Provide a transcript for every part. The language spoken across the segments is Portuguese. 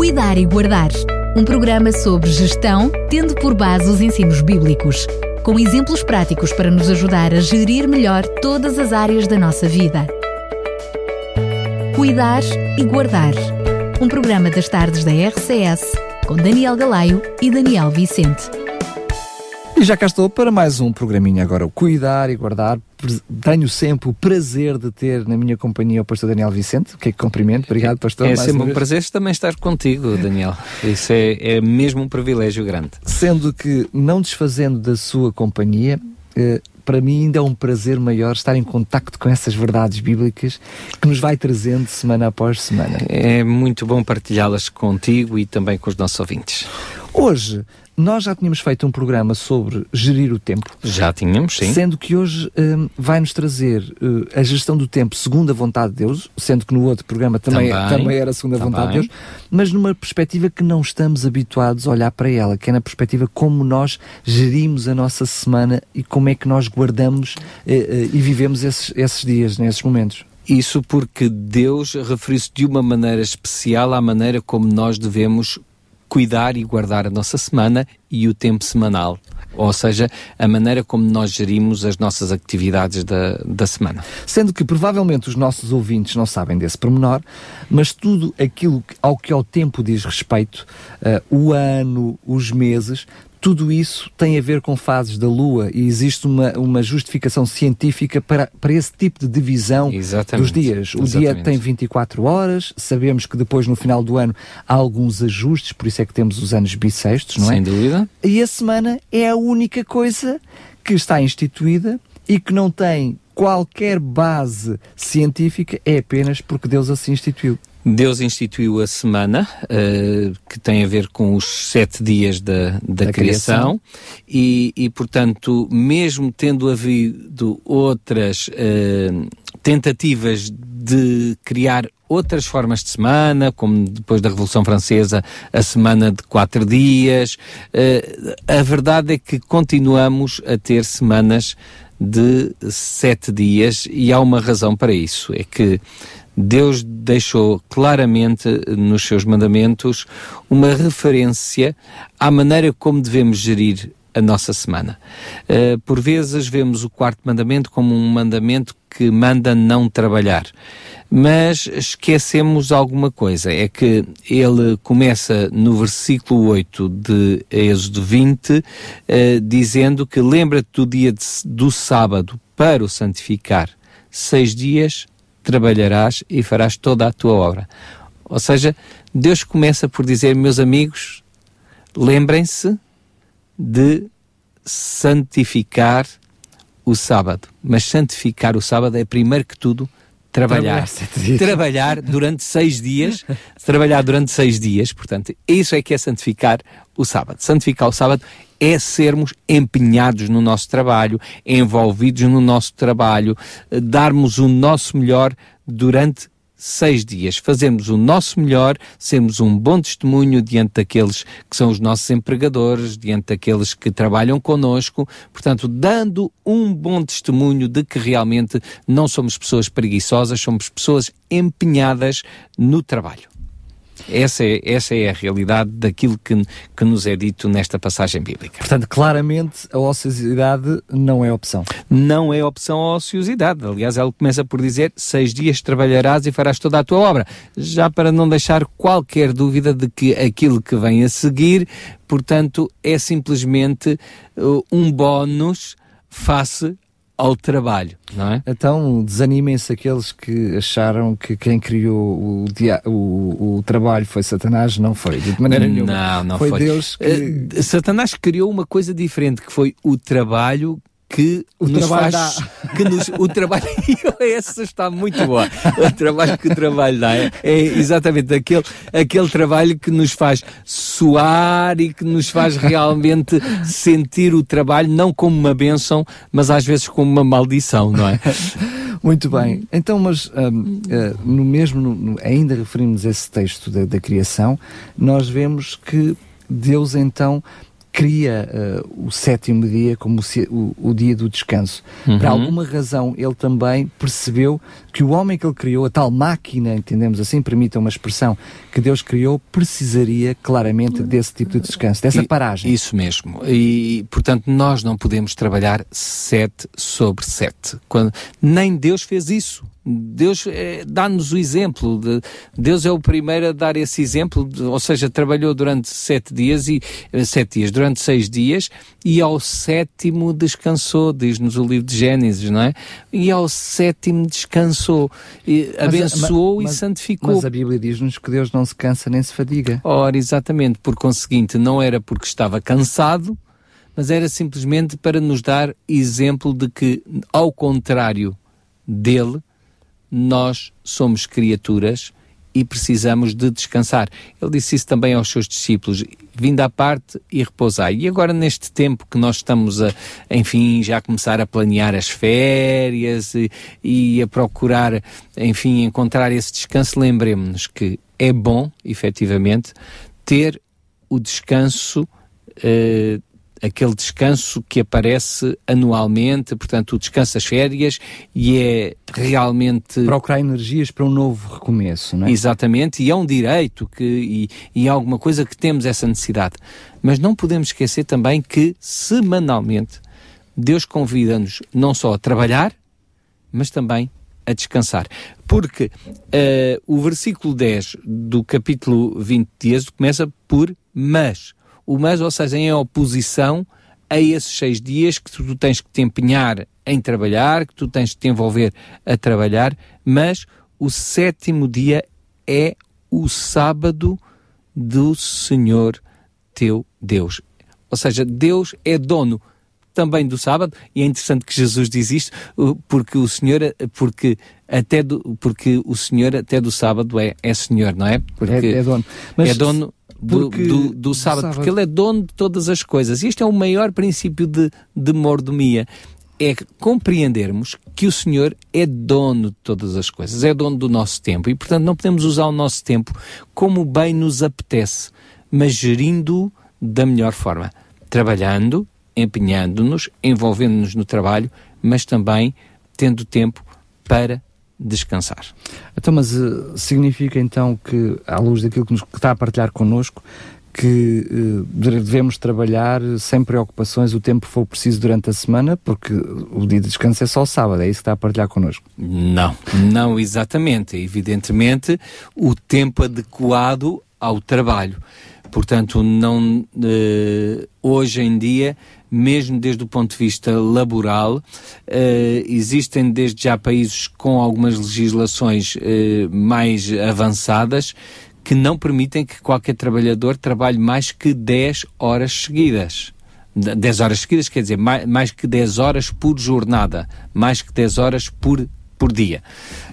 Cuidar e Guardar, um programa sobre gestão, tendo por base os ensinos bíblicos, com exemplos práticos para nos ajudar a gerir melhor todas as áreas da nossa vida. Cuidar e Guardar, um programa das tardes da RCS, com Daniel Galaio e Daniel Vicente. E já cá estou para mais um programinha agora, o Cuidar e Guardar. Tenho sempre o prazer de ter na minha companhia o pastor Daniel Vicente, que cumprimento. Obrigado, pastor. É sempre um prazer também estar contigo, Daniel. Isso é mesmo um privilégio grande. Sendo que, não desfazendo da sua companhia, para mim ainda é um prazer maior estar em contacto com essas verdades bíblicas que nos vai trazendo semana após semana. É muito bom partilhá-las contigo e também com os nossos ouvintes. Hoje, nós já tínhamos feito um programa sobre gerir o tempo. Já tínhamos, sim. Sendo que hoje vai-nos trazer a gestão do tempo segundo a vontade de Deus, sendo que no outro programa também era segundo a vontade de Deus, mas numa perspectiva que não estamos habituados a olhar para ela, que é na perspectiva como nós gerimos a nossa semana e como é que nós guardamos e vivemos esses dias, nesses momentos. Isso porque Deus referiu-se de uma maneira especial à maneira como nós devemos cuidar e guardar a nossa semana e o tempo semanal, ou seja, a maneira como nós gerimos as nossas atividades da semana. Sendo que provavelmente os nossos ouvintes não sabem desse pormenor, mas tudo aquilo ao que ao tempo diz respeito, o ano, os meses, tudo isso tem a ver com fases da Lua e existe uma justificação científica para esse tipo de divisão dos dias. O dia tem 24 horas, sabemos que depois no final do ano há alguns ajustes, por isso é que temos os anos bissextos, não é? Sem dúvida. E a semana é a única coisa que está instituída e que não tem qualquer base científica, é apenas porque Deus assim instituiu. Deus instituiu a semana, que tem a ver com os 7 dias da criação. E, portanto, mesmo tendo havido outras tentativas de criar outras formas de semana, como depois da Revolução Francesa, a semana de 4 dias, a verdade é que continuamos a ter semanas de 7 dias e há uma razão para isso, é que Deus deixou claramente nos seus mandamentos uma referência à maneira como devemos gerir a nossa semana. Por vezes vemos o 4º mandamento como um mandamento que manda não trabalhar, mas esquecemos alguma coisa, é que ele começa no versículo 8 de Êxodo 20, dizendo que lembra-te do dia do sábado para o santificar, 6 dias trabalharás e farás toda a tua obra. Ou seja, Deus começa por dizer, meus amigos, lembrem-se de santificar o sábado. Mas santificar o sábado é, primeiro que tudo, trabalhar. Trabalhar durante 6 dias. Trabalhar durante 6 dias, portanto, isso é que é santificar o sábado. Santificar o sábado é sermos empenhados no nosso trabalho, envolvidos no nosso trabalho, darmos o nosso melhor durante 6 dias. Fazemos o nosso melhor, sermos um bom testemunho diante daqueles que são os nossos empregadores, diante daqueles que trabalham connosco, portanto, dando um bom testemunho de que realmente não somos pessoas preguiçosas, somos pessoas empenhadas no trabalho. Essa é a realidade daquilo que nos é dito nesta passagem bíblica. Portanto, claramente a ociosidade não é opção. Não é opção a ociosidade. Aliás, ela começa por dizer 6 dias trabalharás e farás toda a tua obra. Já para não deixar qualquer dúvida de que aquilo que vem a seguir, portanto, é simplesmente um bónus face ao trabalho, não é? Então desanimem-se aqueles que acharam que quem criou o trabalho foi Satanás. Não foi, de maneira nenhuma. Não foi Deus que... Satanás criou uma coisa diferente, que foi o trabalho que nos faz... o trabalho... Essa está muito boa. O trabalho que o trabalho dá. É exatamente aquele trabalho que nos faz suar e que nos faz realmente sentir o trabalho não como uma bênção, mas às vezes como uma maldição, não é? Muito bem. Então, mas ainda referimos esse texto da criação, nós vemos que Deus então cria o sétimo dia como o dia do descanso. Por alguma razão, ele também percebeu que o homem que ele criou, a tal máquina, entendemos assim, permita uma expressão, que Deus criou, precisaria claramente desse tipo de descanso, dessa paragem. Isso mesmo. E, portanto, nós não podemos trabalhar 7 sobre 7. Nem Deus fez isso. Deus dá-nos o exemplo. Deus é o primeiro a dar esse exemplo, ou seja, trabalhou durante 7 dias, durante 6 dias, e ao 7º descansou, diz-nos o livro de Gênesis, não é? E ao 7º descansou, abençoou e santificou. Mas a Bíblia diz-nos que Deus não se cansa nem se fadiga. Ora, exatamente, por conseguinte, não era porque estava cansado, mas era simplesmente para nos dar exemplo de que, ao contrário dele, nós somos criaturas e precisamos de descansar. Ele disse isso também aos seus discípulos: vinde à parte e repousai. E agora, neste tempo que nós estamos enfim, já a começar a planear as férias e a procurar, enfim, encontrar esse descanso, lembremos-nos que é bom, efetivamente, ter o descanso, aquele descanso que aparece anualmente, portanto, o descanso das férias, e é realmente... procurar energias para um novo recomeço, não é? Exatamente, e é um direito e é alguma coisa que temos essa necessidade. Mas não podemos esquecer também que, semanalmente, Deus convida-nos não só a trabalhar, mas também a descansar. Porque o versículo 10 do capítulo 20 de Êxodo começa por mas. O mas, ou seja, em oposição a esses 6 dias que tu tens que te empenhar em trabalhar, que tu tens que te envolver a trabalhar, mas o 7º dia é o sábado do Senhor teu Deus. Ou seja, Deus é dono também do sábado, e é interessante que Jesus diz isto, porque o Senhor até do sábado é Senhor, não é? Porque é dono. Mas é dono do sábado, porque Ele é dono de todas as coisas. E este é o maior princípio de mordomia, é compreendermos que o Senhor é dono de todas as coisas, é dono do nosso tempo, e portanto não podemos usar o nosso tempo como bem nos apetece, mas gerindo-o da melhor forma, trabalhando, empenhando-nos, envolvendo-nos no trabalho, mas também tendo tempo para descansar. Então, mas significa então que, à luz daquilo que está a partilhar connosco, que devemos trabalhar sem preocupações o tempo que for preciso durante a semana, porque o dia de descanso é só o sábado, é isso que está a partilhar connosco? Não exatamente. É evidentemente o tempo adequado ao trabalho. Portanto, não, hoje em dia, mesmo desde o ponto de vista laboral, existem desde já países com algumas legislações mais avançadas que não permitem que qualquer trabalhador trabalhe mais que 10 horas seguidas. 10 horas seguidas quer dizer mais que 10 horas por jornada, mais que 10 horas por dia.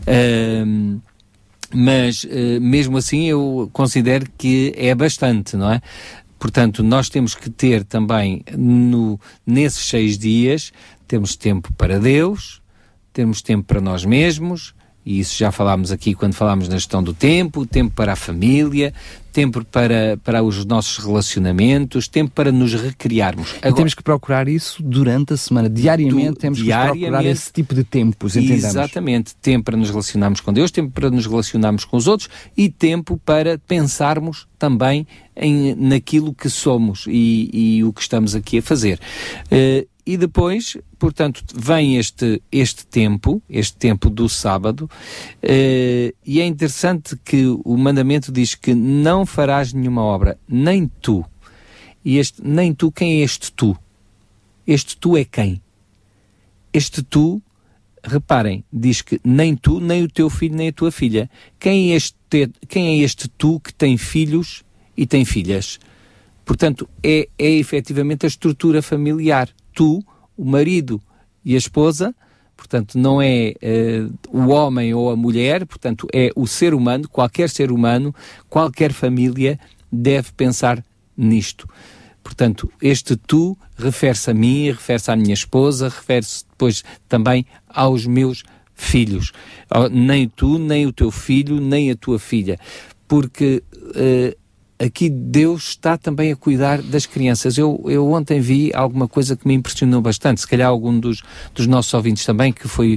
Mas mesmo assim eu considero que é bastante, não é? Portanto, nós temos que ter também, nesses 6 dias, temos tempo para Deus, temos tempo para nós mesmos, e isso já falámos aqui quando falámos na gestão do tempo para a família, tempo para os nossos relacionamentos, tempo para nos recriarmos. Agora, temos que procurar isso durante a semana, diariamente temos que procurar esse tipo de tempos, entendemos? Exatamente, tempo para nos relacionarmos com Deus, tempo para nos relacionarmos com os outros e tempo para pensarmos também naquilo que somos e o que estamos aqui a fazer. E depois, portanto, vem este tempo do sábado, e é interessante que o mandamento diz que não farás nenhuma obra, nem tu. E nem tu, quem é este tu? Este tu é quem? Este tu, reparem, diz que nem tu, nem o teu filho, nem a tua filha. Quem é este tu que tem filhos e tem filhas? Portanto, é efetivamente a estrutura familiar. Tu, o marido e a esposa, portanto, não é o homem ou a mulher, portanto, é o ser humano, qualquer família deve pensar nisto. Portanto, este tu refere-se a mim, refere-se à minha esposa, refere-se depois também aos meus filhos. Nem tu, nem o teu filho, nem a tua filha. Porque aqui Deus está também a cuidar das crianças. Eu ontem vi alguma coisa que me impressionou bastante, se calhar algum dos nossos ouvintes também, que foi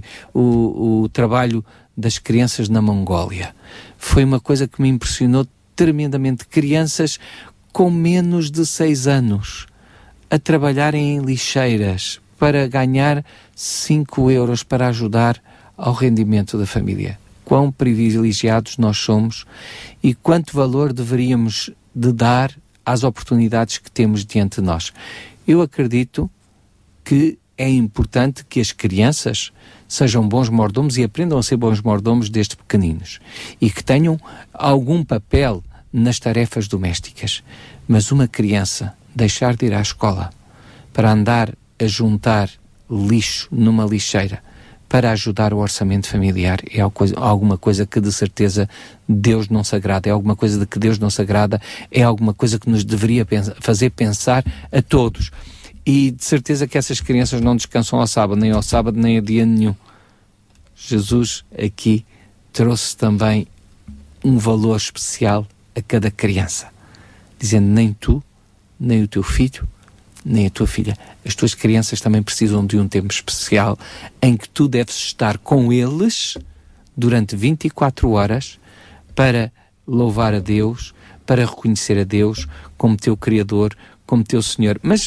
o trabalho das crianças na Mongólia. Foi uma coisa que me impressionou tremendamente. Crianças com menos de 6 anos a trabalharem em lixeiras para ganhar 5 euros para ajudar ao rendimento da família. Quão privilegiados nós somos e quanto valor deveríamos de dar às oportunidades que temos diante de nós. Eu acredito que é importante que as crianças sejam bons mordomos e aprendam a ser bons mordomos desde pequeninos e que tenham algum papel nas tarefas domésticas. Mas uma criança deixar de ir à escola para andar a juntar lixo numa lixeira para ajudar o orçamento familiar é alguma coisa que de certeza Deus não se agrada, é alguma coisa de que Deus não se agrada, é alguma coisa que nos deveria fazer pensar a todos. E de certeza que essas crianças não descansam ao sábado, nem a dia nenhum. Jesus aqui trouxe também um valor especial a cada criança, dizendo: nem tu, nem o teu filho, nem a tua filha, as tuas crianças também precisam de um tempo especial em que tu deves estar com eles durante 24 horas para louvar a Deus, para reconhecer a Deus como teu Criador, como teu Senhor. Mas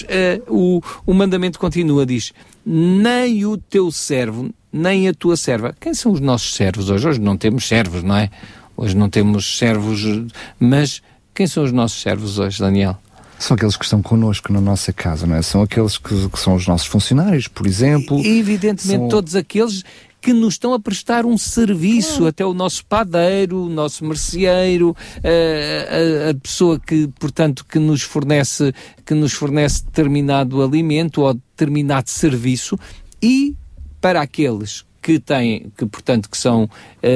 o mandamento continua, diz: nem o teu servo, nem a tua serva. Quem são os nossos servos hoje? Hoje não temos servos, não é? Hoje não temos servos, mas quem são os nossos servos hoje, Daniel? São aqueles que estão connosco na nossa casa, não é? São aqueles que são os nossos funcionários, por exemplo. E, evidentemente, todos aqueles que nos estão a prestar um serviço, até o nosso padeiro, o nosso merceeiro, a pessoa que, portanto, que nos fornece determinado alimento ou determinado serviço, e para aqueles que são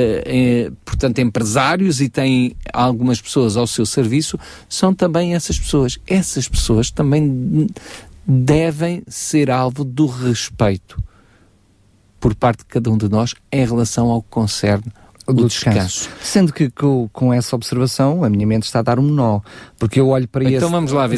empresários e têm algumas pessoas ao seu serviço, são também essas pessoas. Essas pessoas também devem ser alvo do respeito por parte de cada um de nós em relação ao que concerne o descanso. Sendo que com essa observação a minha mente está a dar um nó, porque eu olho para então vamos lá ver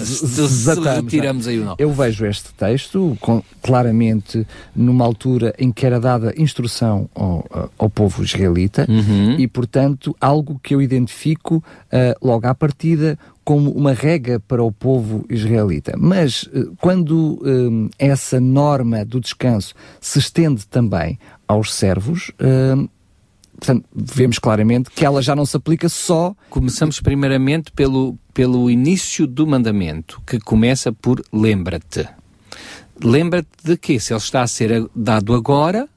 se retiramos aí o nó. Eu vejo este texto claramente numa altura em que era dada instrução ao povo israelita, e portanto algo que eu identifico logo à partida como uma regra para o povo israelita. Mas quando essa norma do descanso se estende também aos servos, portanto, vemos claramente que ela já não se aplica só... Começamos primeiramente pelo início do mandamento, que começa por lembra-te. Lembra-te de que se ele está a ser dado agora,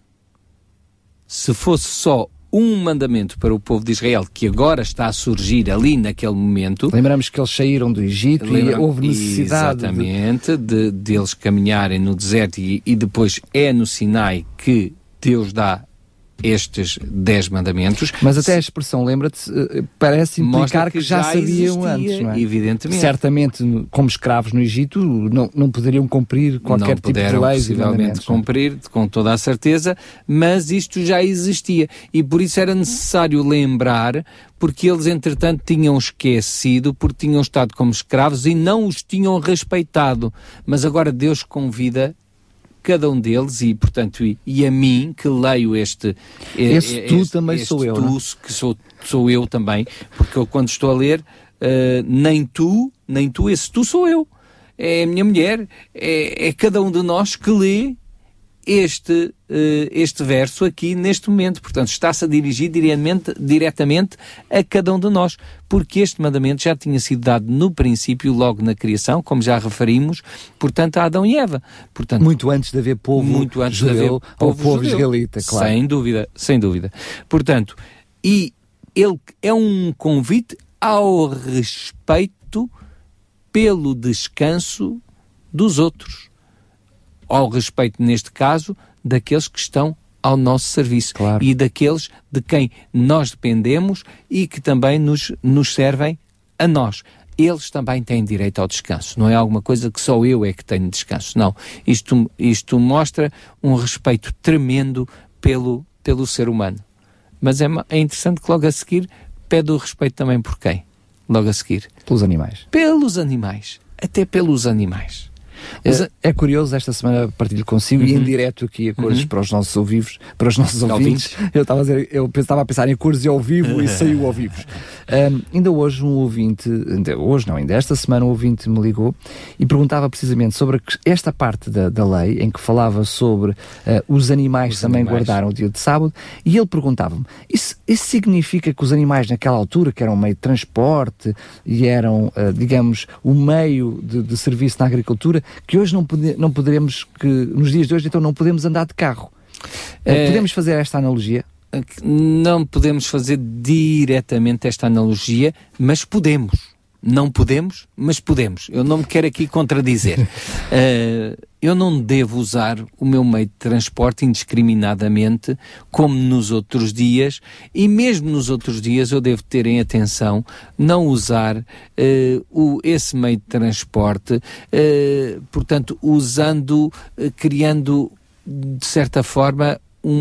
se fosse só um mandamento para o povo de Israel, que agora está a surgir ali naquele momento... Lembramos que eles saíram do Egito e houve necessidade... Exatamente, de eles caminharem no deserto e depois é no Sinai que Deus dá estes 10 mandamentos. Mas até a expressão lembra-te parece implicar que já sabiam antes, não é? Evidentemente. Certamente, como escravos no Egito, não poderiam cumprir qualquer tipo de leis e mandamentos. Cumprir, com toda a certeza, mas isto já existia. E por isso era necessário lembrar, porque eles, entretanto, tinham esquecido, porque tinham estado como escravos e não os tinham respeitado. Mas agora Deus convida cada um deles, e portanto e a mim que leio esse tu também sou eu, não? Que sou eu também, porque eu quando estou a ler nem tu, esse tu sou eu, é a minha mulher, é cada um de nós que lê este verso aqui neste momento. Portanto, está-se a dirigir diretamente a cada um de nós, porque este mandamento já tinha sido dado no princípio, logo na criação, como já referimos, portanto, a Adão e Eva. Portanto, muito antes de haver povo judeu, ou povo israelita, claro. Sem dúvida. Portanto, e ele é um convite ao respeito pelo descanso dos outros, ao respeito, neste caso, daqueles que estão ao nosso serviço, claro, e daqueles de quem nós dependemos e que também nos servem a nós. Eles também têm direito ao descanso. Não é alguma coisa que só eu é que tenho descanso. Não. Isto mostra um respeito tremendo pelo ser humano. Mas é interessante que logo a seguir pede o respeito também por quem? logo a seguir? Pelos animais. Pelos animais. Até pelos animais. É curioso, esta semana partilho consigo e em direto aqui a cores para os nossos ouvintes. Eu estava a pensar em cores e ao vivo e saiu ao vivo. Ainda hoje ainda esta semana um ouvinte me ligou e perguntava precisamente sobre esta parte da lei em que falava sobre os animais guardaram o dia de sábado, e ele perguntava-me, isso significa que os animais naquela altura, que eram um meio de transporte e eram, digamos, o meio de serviço na agricultura, que hoje não poderemos, que nos dias de hoje então não podemos andar de carro? Podemos fazer esta analogia? Não podemos fazer diretamente esta analogia, mas podemos. Não podemos, mas podemos. Eu não me quero aqui contradizer. Eu não devo usar o meu meio de transporte indiscriminadamente, como nos outros dias, e mesmo nos outros dias eu devo ter em atenção não usar esse meio de transporte, portanto, criando, de certa forma,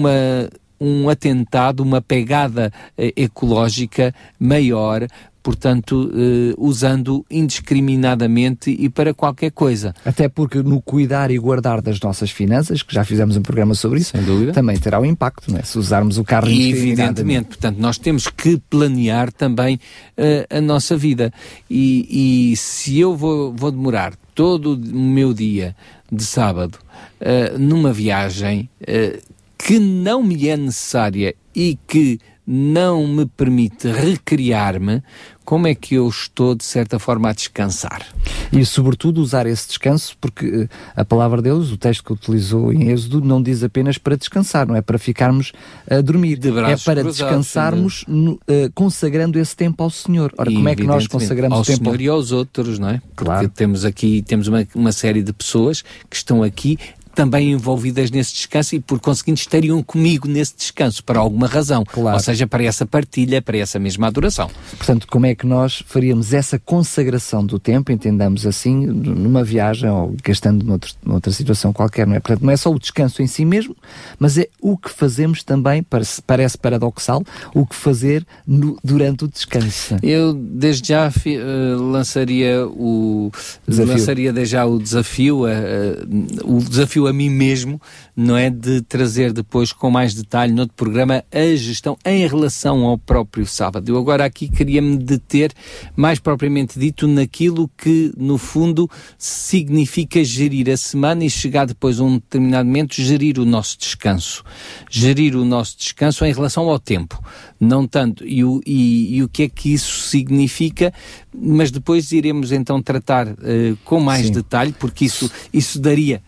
um atentado, uma pegada ecológica maior, portanto, usando indiscriminadamente e para qualquer coisa. Até porque no cuidar e guardar das nossas finanças, que já fizemos um programa sobre isso, sem dúvida, também terá um impacto, não é? Se usarmos o carro indiscriminadamente. Evidentemente, portanto, nós temos que planear também a nossa vida. E se eu vou demorar todo o meu dia de sábado numa viagem que não me é necessária e que não me permite recriar-me, como é que eu estou, de certa forma, a descansar? E, sobretudo, usar esse descanso, porque a palavra de Deus, o texto que utilizou em Êxodo, não diz apenas para descansar, não é para ficarmos a dormir, é para descansarmos consagrando esse tempo ao Senhor. Ora, como é que nós consagramos ao o tempo Senhor e aos outros, não é? Claro. Porque temos uma série de pessoas que estão aqui também envolvidas nesse descanso e, por conseguinte, estariam comigo nesse descanso, para alguma razão. Claro. Ou seja, para essa partilha, para essa mesma adoração. Portanto, como é que nós faríamos essa consagração do tempo, entendamos assim, numa viagem ou gastando noutra situação qualquer, não é? Portanto, não é só o descanso em si mesmo, mas é o que fazemos também, parece paradoxal, o que fazer durante o descanso. Eu, desde já, lançaria desde já o desafio a mim mesmo, não é, de trazer depois com mais detalhe no outro programa a gestão em relação ao próprio sábado. Eu agora aqui queria-me deter mais propriamente dito naquilo que no fundo significa gerir a semana e chegar depois a um determinado momento gerir o nosso descanso em relação ao tempo, não tanto e o que é que isso significa, mas depois iremos então tratar com mais detalhe, porque isso daria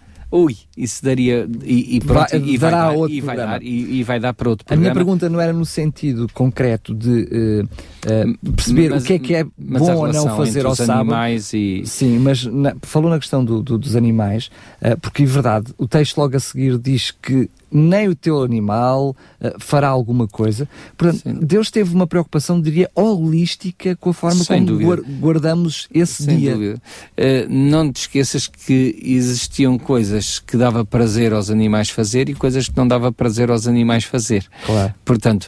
vai dar para outro programa. A minha pergunta não era no sentido concreto de perceber o que é bom ou não fazer ao sábado. Sim, mas falou na questão dos animais, porque, é verdade, o texto logo a seguir diz que nem o teu animal fará alguma coisa. Portanto, sim, Deus teve uma preocupação, diria, holística com a forma como guardamos esse dia. Sem dúvida. Não te esqueças que existiam coisas que dava prazer aos animais fazer e coisas que não dava prazer aos animais fazer. Claro. Portanto,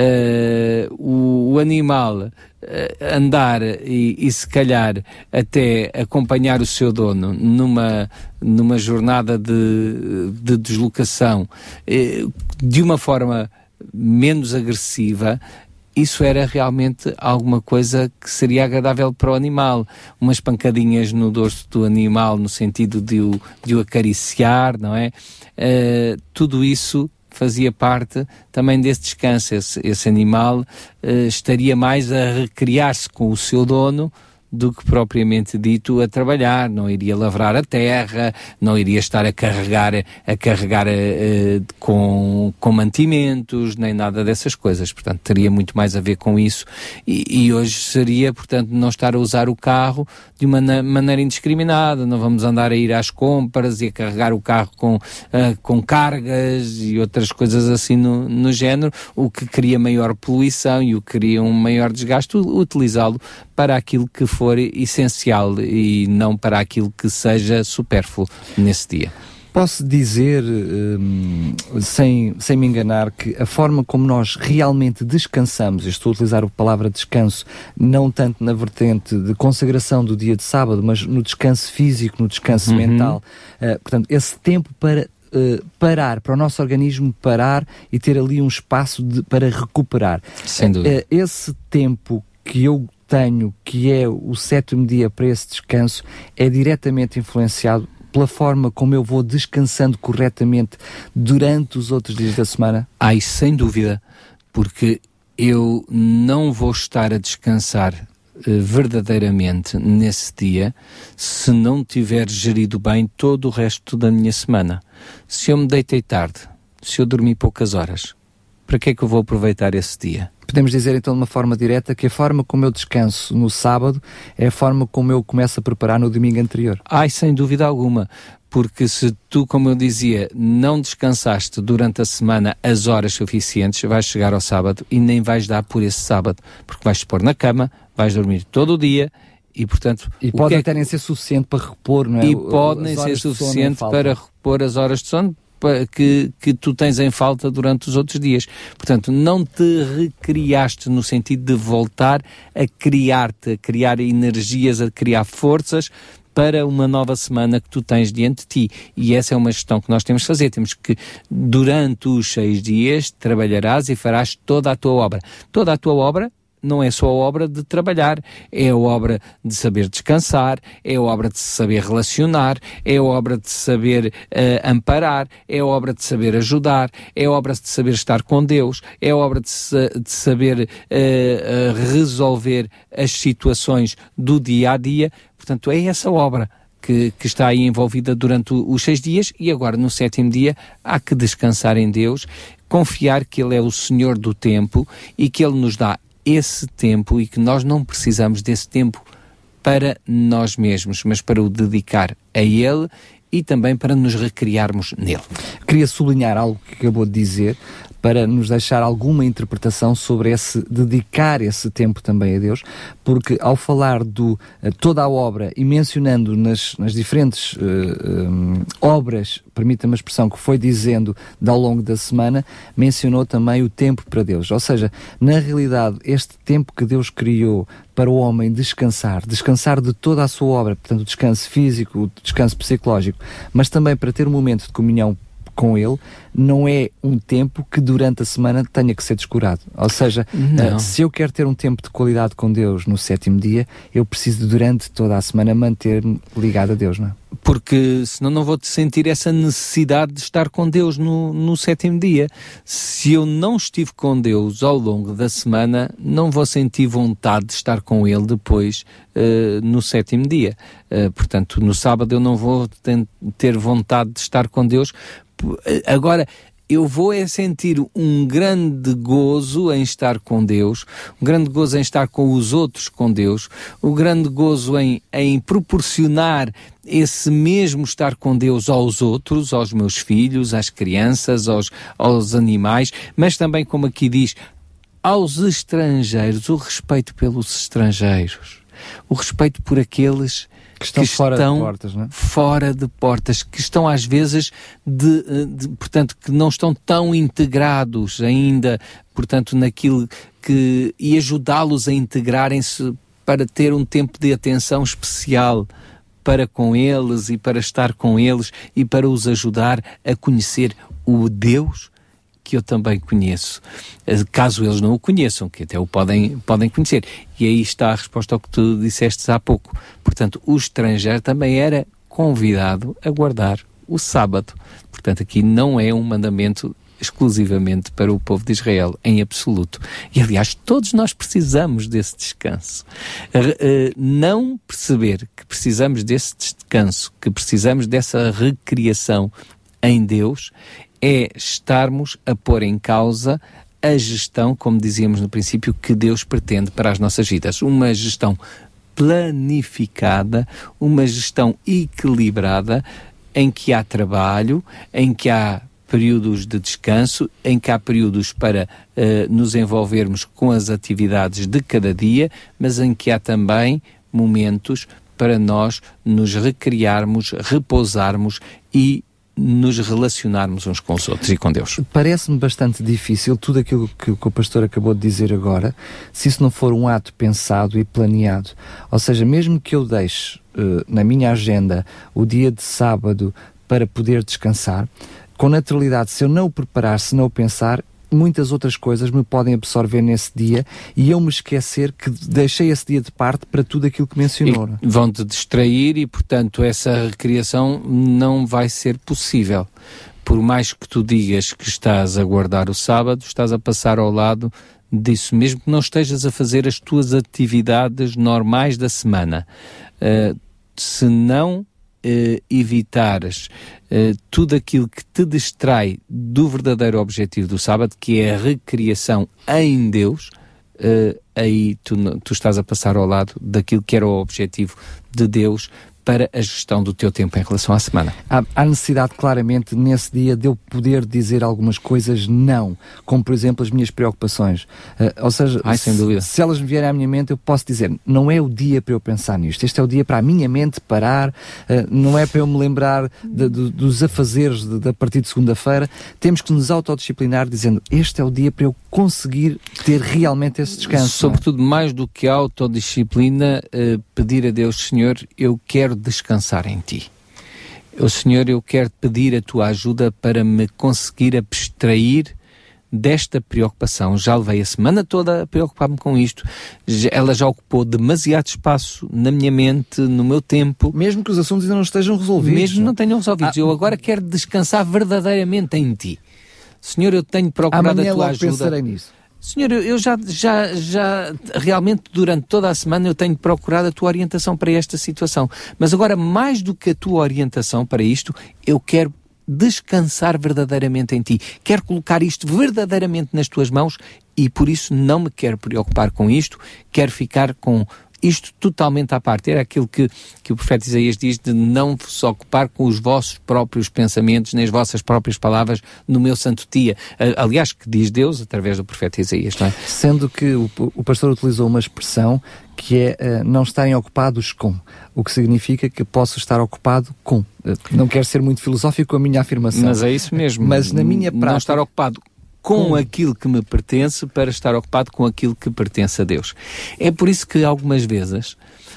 o animal andar e se calhar até acompanhar o seu dono numa jornada de deslocação de uma forma menos agressiva, isso era realmente alguma coisa que seria agradável para o animal. Umas pancadinhas no dorso do animal no sentido de o acariciar, não é? Tudo isso fazia parte também desse descanso. Esse animal estaria mais a recriar-se com o seu dono do que propriamente dito a trabalhar, não iria lavrar a terra, não iria estar a carregar com mantimentos, nem nada dessas coisas. Portanto, teria muito mais a ver com isso e hoje seria, portanto, não estar a usar o carro de uma maneira indiscriminada, não vamos andar a ir às compras e a carregar o carro com cargas e outras coisas assim no género, o que cria maior poluição e o que cria um maior desgaste, utilizá-lo para aquilo que for essencial e não para aquilo que seja supérfluo nesse dia. Posso dizer, sem me enganar, que a forma como nós realmente descansamos, eu estou a utilizar a palavra descanso, não tanto na vertente de consagração do dia de sábado, mas no descanso físico, no descanso mental. Portanto, esse tempo para parar, para o nosso organismo parar e ter ali um espaço para recuperar. Sem dúvida. Esse tempo que eu tenho, que é o 7º dia para esse descanso, é diretamente influenciado pela forma como eu vou descansando corretamente durante os outros dias da semana? Ai, sem dúvida, porque eu não vou estar a descansar verdadeiramente nesse dia se não tiver gerido bem todo o resto da minha semana. Se eu me deitei tarde, se eu dormi poucas horas, para que é que eu vou aproveitar esse dia? Podemos dizer então de uma forma direta que a forma como eu descanso no sábado é a forma como eu começo a preparar no domingo anterior. Ai, sem dúvida alguma, porque se tu, como eu dizia, não descansaste durante a semana as horas suficientes, vais chegar ao sábado e nem vais dar por esse sábado, porque vais te pôr na cama, vais dormir todo o dia e, portanto... E pode até nem ser suficiente para repor, não é? E pode nem ser suficiente para repor as horas de sono que tu tens em falta durante os outros dias. Portanto, não te recriaste no sentido de voltar a criar-te, a criar energias, a criar forças para uma nova semana que tu tens diante de ti. E essa é uma gestão que nós temos que fazer. Temos que, durante os 6 dias, trabalharás e farás toda a tua obra. Toda a tua obra não é só a obra de trabalhar, é a obra de saber descansar, é a obra de saber relacionar, é a obra de saber amparar, é a obra de saber ajudar, é a obra de saber estar com Deus, é a obra de saber resolver as situações do dia a dia. Portanto, é essa obra que está aí envolvida durante os 6 dias e agora no 7º dia há que descansar em Deus, confiar que Ele é o Senhor do tempo e que Ele nos dá esse tempo e que nós não precisamos desse tempo para nós mesmos, mas para o dedicar a Ele e também para nos recriarmos nele. Queria sublinhar algo que acabou de dizer para nos deixar alguma interpretação sobre esse dedicar esse tempo também a Deus, porque ao falar toda a obra e mencionando nas diferentes obras, permita-me a expressão, que foi dizendo ao longo da semana, mencionou também o tempo para Deus. Ou seja, na realidade, este tempo que Deus criou para o homem descansar de toda a sua obra, portanto o descanso físico, o descanso psicológico, mas também para ter um momento de comunhão com Ele, não é um tempo que durante a semana tenha que ser descurado. Ou seja, se eu quero ter um tempo de qualidade com Deus no 7º dia, eu preciso durante toda a semana manter-me ligado a Deus, não é? Porque senão não vou sentir essa necessidade de estar com Deus no 7º dia. Se eu não estive com Deus ao longo da semana, não vou sentir vontade de estar com Ele depois no 7º dia. Portanto, no sábado eu não vou ter vontade de estar com Deus. Agora, eu vou sentir um grande gozo em estar com Deus, um grande gozo em estar com os outros com Deus, um grande gozo em proporcionar esse mesmo estar com Deus aos outros, aos meus filhos, às crianças, aos animais, mas também, como aqui diz, aos estrangeiros, o respeito pelos estrangeiros, o respeito por aqueles que estão fora de portas, não é? Fora de portas, que estão às vezes portanto, que não estão tão integrados ainda, portanto, naquilo e ajudá-los a integrarem-se para ter um tempo de atenção especial para com eles e para estar com eles e para os ajudar a conhecer o Deus que eu também conheço, caso eles não o conheçam, que até o podem conhecer. E aí está a resposta ao que tu disseste há pouco. Portanto, o estrangeiro também era convidado a guardar o sábado. Portanto, aqui não é um mandamento exclusivamente para o povo de Israel, em absoluto. E, aliás, todos nós precisamos desse descanso. Não perceber que precisamos desse descanso, que precisamos dessa recriação em Deus, é estarmos a pôr em causa a gestão, como dizíamos no princípio, que Deus pretende para as nossas vidas. Uma gestão planificada, uma gestão equilibrada, em que há trabalho, em que há períodos de descanso, em que há períodos para nos envolvermos com as atividades de cada dia, mas em que há também momentos para nós nos recriarmos, repousarmos e nos relacionarmos uns com os outros e com Deus. Parece-me bastante difícil tudo aquilo que o pastor acabou de dizer agora, se isso não for um ato pensado e planeado. Ou seja, mesmo que eu deixe na minha agenda o dia de sábado para poder descansar, com naturalidade, se eu não o preparar, se não o pensar, muitas outras coisas me podem absorver nesse dia e eu me esquecer que deixei esse dia de parte para tudo aquilo que mencionou. E vão-te distrair e, portanto, essa recriação não vai ser possível. Por mais que tu digas que estás a guardar o sábado, estás a passar ao lado disso, mesmo que não estejas a fazer as tuas atividades normais da semana. Se não evitares tudo aquilo que te distrai do verdadeiro objetivo do sábado, que é a recriação em Deus, aí tu estás a passar ao lado daquilo que era o objetivo de Deus para a gestão do teu tempo em relação à semana. Há necessidade claramente nesse dia de eu poder dizer algumas coisas não, como por exemplo as minhas preocupações. Ou seja, sem dúvida. Se elas me vierem à minha mente, eu posso dizer, não é o dia para eu pensar nisto, este é o dia para a minha mente parar, não é para eu me lembrar dos afazeres a partir de segunda-feira. Temos que nos autodisciplinar dizendo, este é o dia para eu conseguir ter realmente esse descanso. Sobretudo, mais do que a autodisciplina, pedir a Deus, Senhor, eu quero descansar em Ti. Senhor, eu quero pedir a Tua ajuda para me conseguir abstrair desta preocupação. Já levei a semana toda a preocupar-me com isto. Ela já ocupou demasiado espaço na minha mente, no meu tempo. Mesmo que os assuntos ainda não estejam resolvidos. Mesmo que não tenham resolvidos. Eu agora quero descansar verdadeiramente em Ti. Senhor, eu tenho procurado a Tua ajuda. Pensarei nisso. Senhor, eu já realmente durante toda a semana eu tenho procurado a Tua orientação para esta situação. Mas agora, mais do que a Tua orientação para isto, eu quero descansar verdadeiramente em Ti. Quero colocar isto verdadeiramente nas Tuas mãos e por isso não me quero preocupar com isto, quero ficar com isto totalmente à parte. Era aquilo que o profeta Isaías diz, de não vos ocupar com os vossos próprios pensamentos, nem as vossas próprias palavras no meu santo dia. Aliás, que diz Deus através do profeta Isaías, não é? Sendo que o pastor utilizou uma expressão que é não estarem ocupados com, o que significa que posso estar ocupado com. Não quero ser muito filosófico com a minha afirmação. Mas é isso mesmo. Mas na minha prática... Não estar ocupado com aquilo que me pertence para estar ocupado com aquilo que pertence a Deus. É por isso que algumas vezes,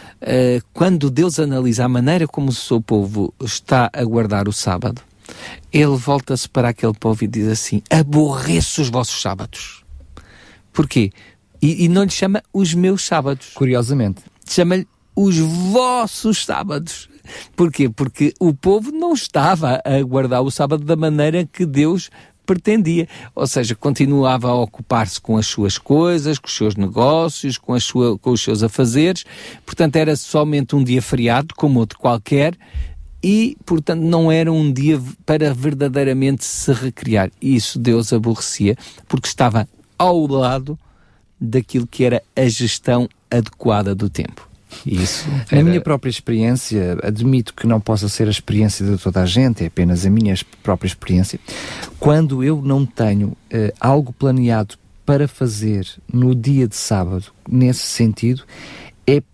quando Deus analisa a maneira como o seu povo está a guardar o sábado, Ele volta-se para aquele povo e diz assim, aborreço os vossos sábados. Porquê? E não lhe chama os meus sábados. Curiosamente. Chama-lhe os vossos sábados. Porquê? Porque o povo não estava a guardar o sábado da maneira que Deus pretendia, ou seja, continuava a ocupar-se com as suas coisas, com os seus negócios, com os seus afazeres, portanto era somente um dia feriado, como outro qualquer, e portanto não era um dia para verdadeiramente se recriar. E isso Deus aborrecia, porque estava ao lado daquilo que era a gestão adequada do tempo. Isso Na minha própria experiência, admito que não possa ser a experiência de toda a gente, é apenas a minha própria experiência. Quando eu não tenho algo planeado para fazer no dia de sábado, nesse sentido, é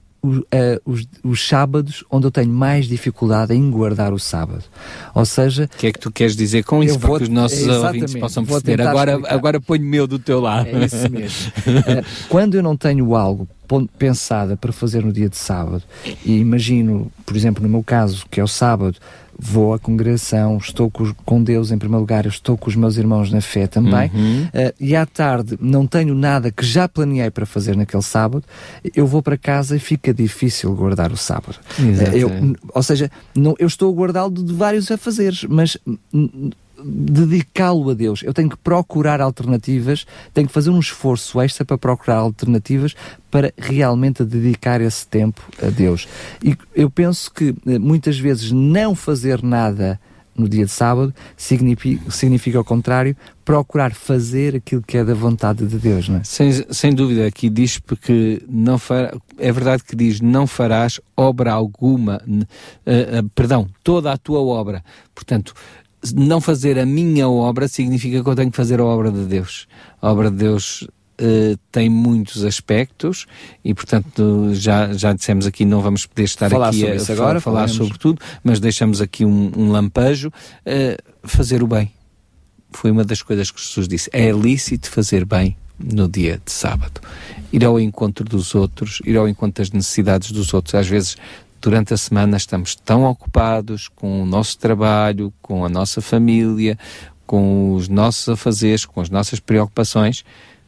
os sábados onde eu tenho mais dificuldade em guardar o sábado. Ou seja... O que é que tu queres dizer com isso? Para que os nossos ouvintes possam perceber. Agora ponho-me eu do teu lado. É isso mesmo. Quando eu não tenho algo pensada para fazer no dia de sábado, e imagino, por exemplo, no meu caso, que é o sábado, vou à congregação, estou com Deus em primeiro lugar, eu estou com os meus irmãos na fé também, e à tarde não tenho nada que já planeei para fazer naquele sábado, eu vou para casa e fica difícil guardar o sábado. Ou seja, eu estou a guardá-lo de vários afazeres, mas dedicá-lo a Deus. Eu tenho que procurar alternativas, tenho que fazer um esforço extra para procurar alternativas para realmente dedicar esse tempo a Deus. E eu penso que muitas vezes não fazer nada no dia de sábado significa ao contrário, procurar fazer aquilo que é da vontade de Deus, não é? Sem dúvida, aqui diz porque é verdade que diz, não farás obra alguma, toda a tua obra. Portanto, não fazer a minha obra significa que eu tenho que fazer a obra de Deus. A obra de Deus tem muitos aspectos e, portanto, já dissemos aqui, não vamos poder estar aqui a falar sobre tudo, mas deixamos aqui um lampejo. Fazer o bem. Foi uma das coisas que Jesus disse. É lícito fazer bem no dia de sábado. Ir ao encontro dos outros, ir ao encontro das necessidades dos outros. Às vezes, durante a semana, estamos tão ocupados com o nosso trabalho, com a família, com os nossos afazeres, com as nossas preocupações,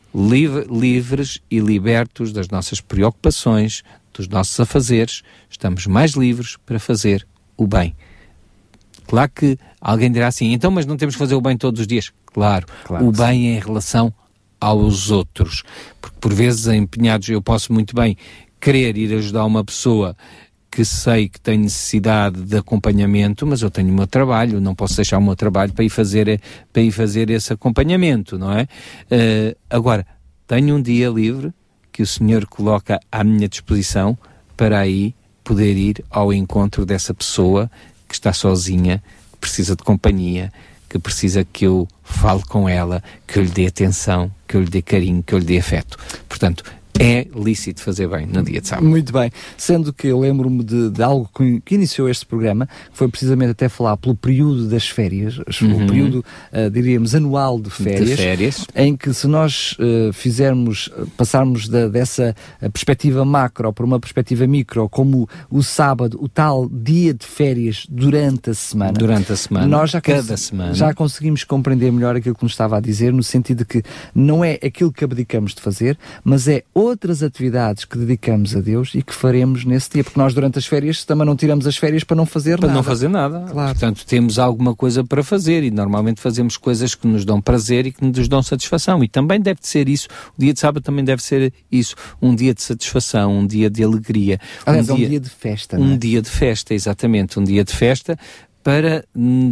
livres e libertos das nossas preocupações, dos nossos afazeres, estamos mais livres para fazer o bem. Claro que alguém dirá assim, então, mas não temos que fazer o bem todos os dias. Claro, o bem é em relação aos outros. Porque por vezes, empenhados, eu posso muito bem querer ir ajudar uma pessoa que sei que tem necessidade de acompanhamento, mas eu tenho o meu trabalho, não posso deixar o meu trabalho para ir fazer esse acompanhamento, não é? Agora, tenho um dia livre que o Senhor coloca à minha disposição para aí poder ir ao encontro dessa pessoa que está sozinha, que precisa de companhia, que precisa que eu fale com ela, que eu lhe dê atenção, que eu lhe dê carinho, que eu lhe dê afeto. Portanto, é lícito fazer bem no dia de sábado. Muito bem. Sendo que eu lembro-me de algo que iniciou este programa, que foi precisamente até falar pelo período das férias, o período, diríamos, anual de férias, em que se nós passarmos dessa perspectiva macro para uma perspectiva micro, como o sábado, o tal dia de férias durante a semana. Nós já conseguimos compreender melhor aquilo que nos estava a dizer, no sentido de que não é aquilo que abdicamos de fazer, mas é outras atividades que dedicamos a Deus e que faremos nesse dia, porque nós durante as férias também não tiramos as férias para não fazer nada. Para não fazer nada. Claro. Portanto, temos alguma coisa para fazer e normalmente fazemos coisas que nos dão prazer e que nos dão satisfação. E também deve ser isso, o dia de sábado também deve ser isso, um dia de satisfação, um dia de alegria. Aliás, um dia de festa, não é? Um dia de festa, exatamente, um dia de festa para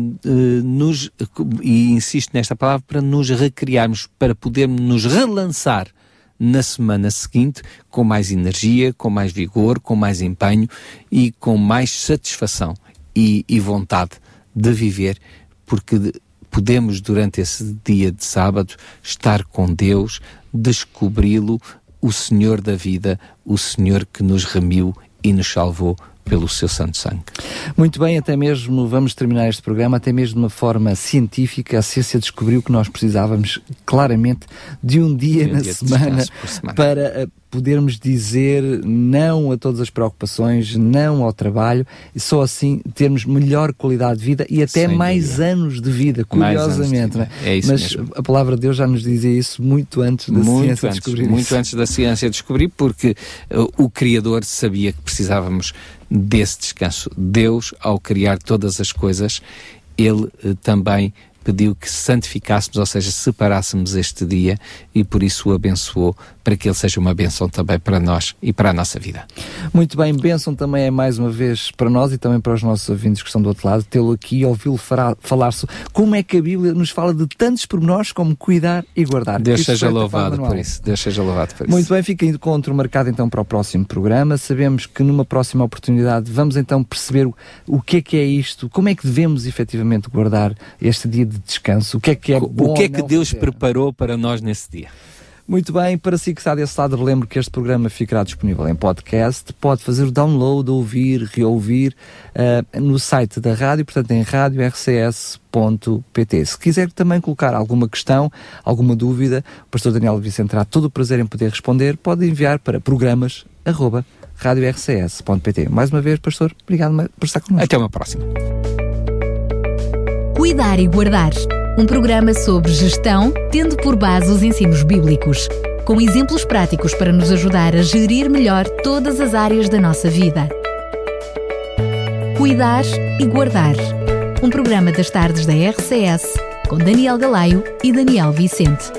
nos, e insisto nesta palavra, para nos recriarmos, para podermos nos relançar na semana seguinte, com mais energia, com mais vigor, com mais empenho e com mais satisfação e vontade de viver, porque podemos, durante esse dia de sábado, estar com Deus, descobri-lo, o Senhor da vida, o Senhor que nos remiu e nos salvou pelo seu santo sangue. Muito bem, até mesmo vamos terminar este programa, até mesmo de uma forma científica. A ciência descobriu que nós precisávamos claramente de um dia na semana para podermos dizer não a todas as preocupações, não ao trabalho, e só assim termos melhor qualidade de vida e até mais anos de vida, curiosamente. Não é? É isso mas mesmo. A palavra de Deus já nos dizia isso muito antes da ciência descobrir isso. Muito antes da ciência descobrir, porque o Criador sabia que precisávamos desse descanso. Deus, ao criar todas as coisas, Ele também pediu que santificássemos, ou seja, separássemos este dia e por isso o abençoou para que ele seja uma bênção também para nós e para a nossa vida. Muito bem, bênção também é mais uma vez para nós e também para os nossos ouvintes que estão do outro lado, tê-lo aqui e ouvi-lo falar sobre como é que a Bíblia nos fala de tantos pormenores como cuidar e guardar. Deus seja louvado por isso. Deus seja louvado por isso. Muito bem, fica encontro marcado então para o próximo programa. Sabemos que numa próxima oportunidade vamos então perceber o que é isto, como é que devemos efetivamente guardar este dia de descanso, o que é bom. O que é que Deus preparou para nós nesse dia? Muito bem, para si que está desse lado, relembro que este programa ficará disponível em podcast, pode fazer o download, ouvir, reouvir no site da rádio, portanto em radiorcs.pt. Se quiser também colocar alguma questão, alguma dúvida, o pastor Daniel Vicente terá todo o prazer em poder responder, pode enviar para programas@radiorcs.pt. Mais uma vez, pastor, obrigado por estar connosco. Até uma próxima. Cuidar e Guardar, um programa sobre gestão, tendo por base os ensinos bíblicos, com exemplos práticos para nos ajudar a gerir melhor todas as áreas da nossa vida. Cuidar e Guardar, um programa das tardes da RCS, com Daniel Galaio e Daniel Vicente.